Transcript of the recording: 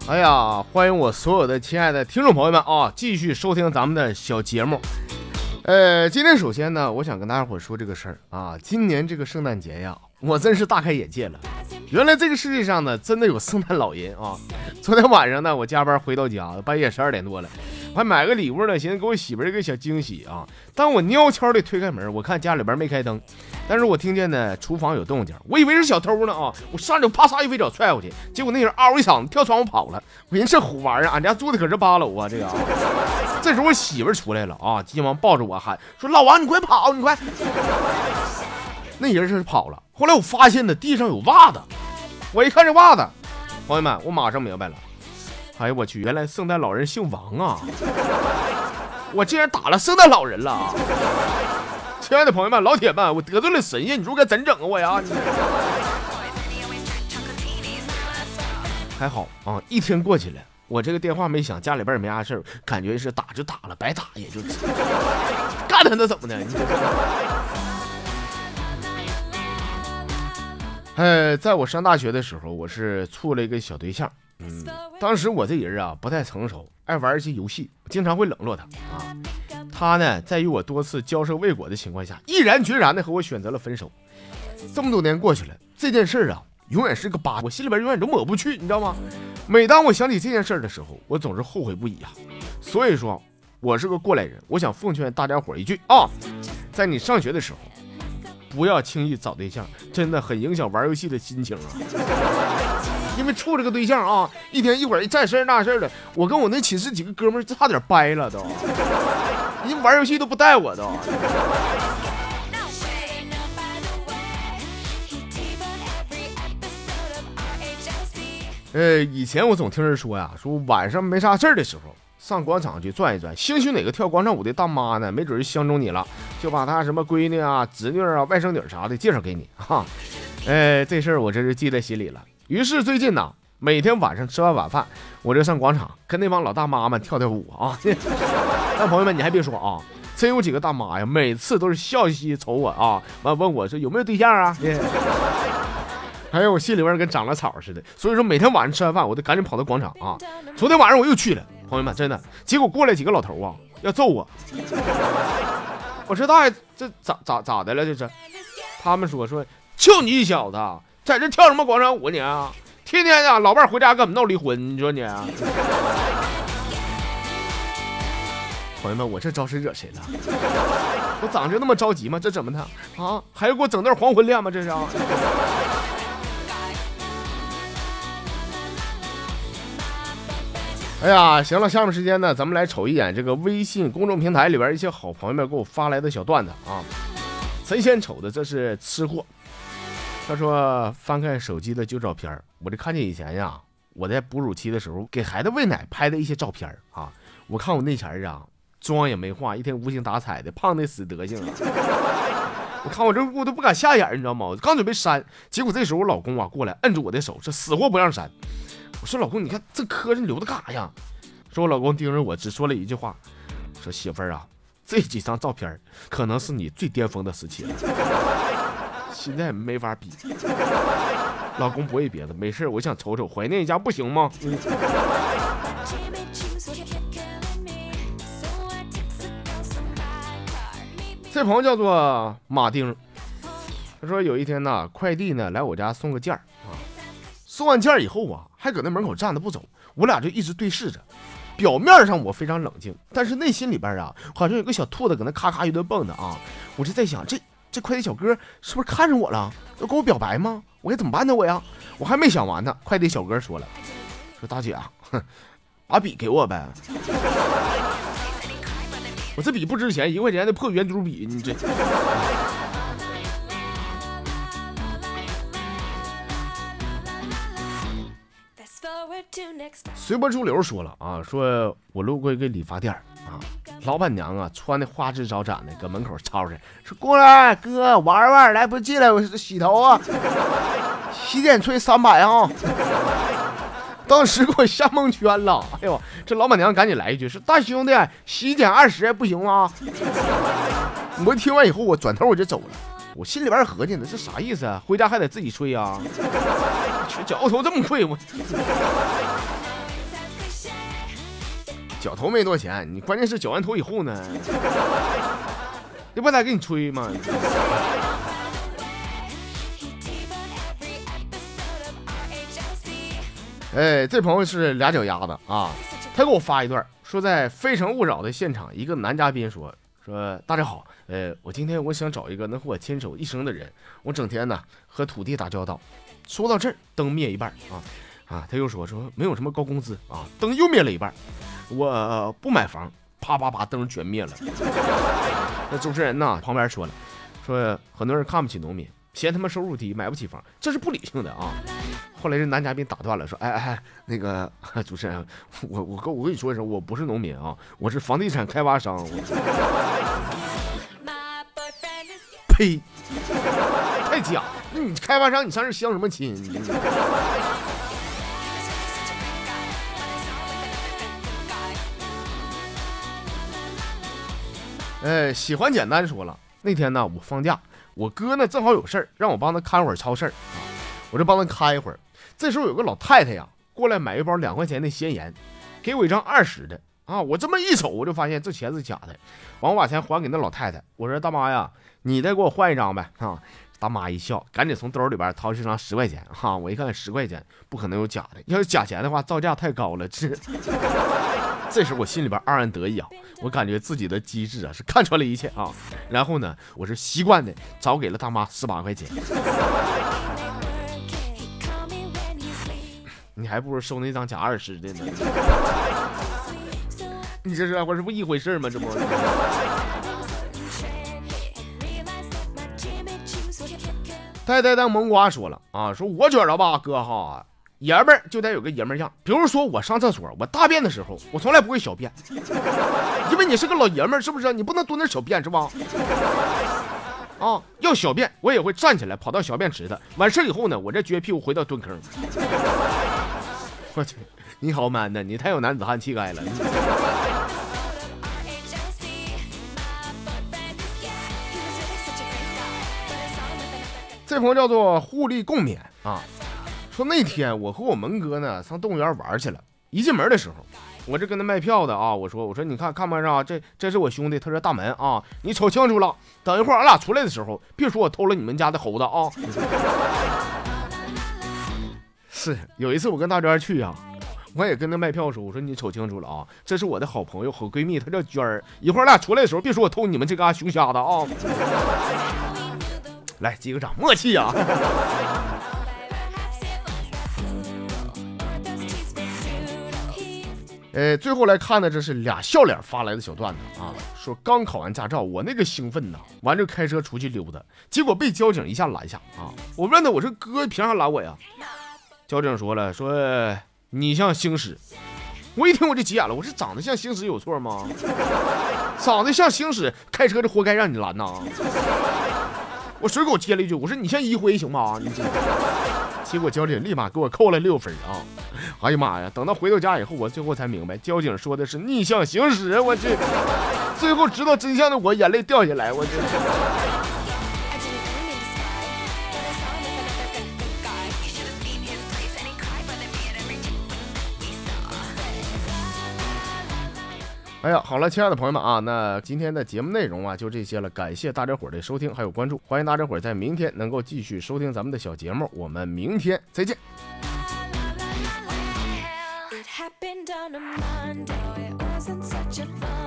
哎呀，欢迎我所有的亲爱的听众朋友们啊，继续收听咱们的小节目。今天首先呢，我想跟大家伙说这个事儿啊，今年这个圣诞节呀，我真是大开眼界了。原来这个世界上呢，真的有圣诞老人啊！昨天晚上呢，我加班回到家，半夜12点多了，我还买个礼物呢，寻思给我媳妇儿一个小惊喜啊。当我悄悄地推开门，我看家里边没开灯，但是我听见呢厨房有动静，我以为是小偷呢啊！我上去啪嚓一飞脚踹过去，结果那人嗷一嗓子跳窗户跑了。我寻思这虎玩意儿，俺家住的可是8楼啊，这个啊。这时候我媳妇儿出来了啊，急忙抱着我喊说：“老王，你快跑，你快！”那人是跑了。后来我发现呢，地上有袜子，我一看这袜子，朋友们，我马上明白了。哎呀，我去，原来圣诞老人姓王啊！我竟然打了圣诞老人了！亲爱的朋友们，老铁们，我得罪了神仙，你说该怎整啊我呀？还好啊，一天过去了，我这个电话没响，家里边也没啥事儿，感觉是打就打了，白打也就是干他那怎么的？在我上大学的时候，我是处了一个小对象。当时我这人啊不太成熟，爱玩一些游戏，经常会冷落他啊。他呢，在与我多次交涉未果的情况下，毅然决然的和我选择了分手。这么多年过去了，这件事啊，永远是个疤，我心里边永远都抹不去，你知道吗？每当我想起这件事的时候，我总是后悔不已啊。所以说，我是个过来人，我想奉劝大家伙一句啊，在你上学的时候，不要轻易找对象，真的很影响玩游戏的心情啊。因为处这个对象啊，一天一会儿这事儿那事儿的，我跟我那寝室几个哥们儿差点掰了都，人玩游戏都不带我都。以前我总听人说呀，说晚上没啥事儿的时候上广场去转一转，兴许哪个跳广场舞的大妈呢，没准就相中你了，就把她什么闺女啊、侄女啊、外甥女啥的介绍给你哈。这事儿我真是记在心里了。于是最近呢，每天晚上吃完晚饭，我就上广场跟那帮老大妈们跳跳舞啊。但朋友们，你还别说啊，真有几个大妈呀，每次都是笑嘻嘻瞅我啊，完问我说有没有对象啊？还有我心里边跟长了草似的。所以说每天晚上吃完饭，我就赶紧跑到广场啊。昨天晚上我又去了，朋友们，真的，结果过来几个老头啊，要揍我。我说大爷，这咋的了？这是？他们说就你小子在这跳什么广场舞你啊？天天啊，老伴回家跟我们闹离婚，你说你啊？朋友们，我这招是惹谁了？我长就那么着急吗？这怎么的啊？还要给我整段黄昏恋吗？这是啊？哎呀，行了，下面时间呢，咱们来瞅一眼这个微信公众平台里边一些好朋友们给我发来的小段子啊。咱先瞅的这是吃货，他说翻开手机的旧照片，我就看见以前呀，我在哺乳期的时候给孩子喂奶拍的一些照片啊。我看我那前啊，妆也没化，一天无精打采的，胖的死德性啊。我看我都不敢下眼，你知道吗？我刚准备删，结果这时候我老公啊过来摁住我的手，是死活不让删。我说老公，你看这磕碜留的干啥呀？说我老公盯着我，只说了一句话，说媳妇儿啊，这几张照片可能是你最巅峰的时期了，现在没法比。老公不为别的，没事我想瞅瞅，怀念一下不行吗？这朋友叫做马丁，他说有一天呢，快递呢来我家送个件啊，送完件以后啊，还搁那门口站着不走，我俩就一直对视着。表面上我非常冷静，但是内心里边啊，好像有个小兔子搁那咔咔一顿蹦的啊。我就在想，这快递小哥是不是看上我了，要跟我表白吗？我该怎么办呢？我呀，我还没想完呢，快递小哥说了，说大姐啊，把笔给我呗。我这笔不值钱，1块钱的破圆珠笔，你这。随波逐流说了啊，说我路过一个理发店啊，老板娘啊穿的花枝招展的，搁门口吵着说过来哥玩玩，来不进来我洗头啊，洗剪吹300啊。当时给我吓蒙圈了，哎呦，这老板娘赶紧来一句，说大兄弟洗剪20不行吗？我听完以后，我转头我就走了。我心里边合计呢，这啥意思啊？回家还得自己吹啊？去脚头这么贵我。 绞头没多钱，你关键是绞完头以后呢，这不得给你吹吗？哎，这朋友是俩脚丫子啊，他给我发一段，说在《非诚勿扰》的现场，一个男嘉宾说大家好，我今天我想找一个能和我牵手一生的人，我整天呢和土地打交道。说到这儿，灯灭一半他又说没有什么高工资啊，灯又灭了一半，我不买房，啪啪啪灯全灭了。那主持人呢旁边说很多人看不起农民，嫌他们收入低买不起房，这是不理性的啊。后来这男嘉宾打断了，说那个主持人，我跟你说一声，我不是农民啊，我是房地产开发商。呸，太假，你开发商你上这相什么亲？喜欢简单说了，那天呢我放假，我哥呢正好有事儿，让我帮他看会儿超市我就帮他看一会儿。这时候有个老太太呀过来买一包2块钱的鲜盐，给我一张20的我这么一瞅，我就发现这钱是假的。我把钱还给那老太太，我说大妈呀，你再给我换一张呗大妈一笑，赶紧从兜里边掏出一张10块钱我一看10块钱不可能有假的，要是假钱的话造价太高了。这时候我心里边暗暗得意我感觉自己的机智是看穿了一切然后呢我是习惯的找给了大妈18块钱。你还不如收那张假20的呢。你这是不一回事吗？这不呆当萌瓜说了说我觉得吧哥爷们儿就得有个爷们儿样。比如说我上厕所，我大便的时候我从来不会小便，因为你是个老爷们儿，是不是？你不能蹲那小便是吧？要小便我也会站起来跑到小便池的，完事以后呢我再撅屁股回到蹲坑。我去，你好 man 的，你太有男子汉气概了。这朋友叫做互利共勉说那天我和我门哥呢上动物园玩去了，一进门的时候我这跟他卖票的我说你看不上这是我兄弟，他说大门你瞅清楚了，等一会儿俺俩出来的时候别说我偷了你们家的猴子是有一次我跟大娟去我也跟他卖票说，我说你瞅清楚了这是我的好朋友好闺蜜，她叫娟儿，一会儿俩出来的时候别说我偷你们这嘎熊瞎子来击个掌，默契最后来看的这是俩笑脸发来的小段子说刚考完驾照，我那个兴奋呐，完就开车出去溜达，结果被交警一下拦下我问他，我说哥凭啥拦我呀？交警说了，说你像星矢。我一听我就急眼了，我说长得像星矢有错吗？长得像星矢开车就活该让你拦呐！我随口接了一句，我说你像一辉行吗？结果交警立马给我扣了6分哎呀妈呀！等到回到家以后，我最后才明白，交警说的是逆向行驶。我去，最后知道真相的我眼泪掉下来，我去。哎呀，好了，亲爱的朋友们那今天的节目内容就这些了，感谢大家伙的收听还有关注，欢迎大家伙在明天能够继续收听咱们的小节目，我们明天再见。It happened on a Monday, it wasn't such a fun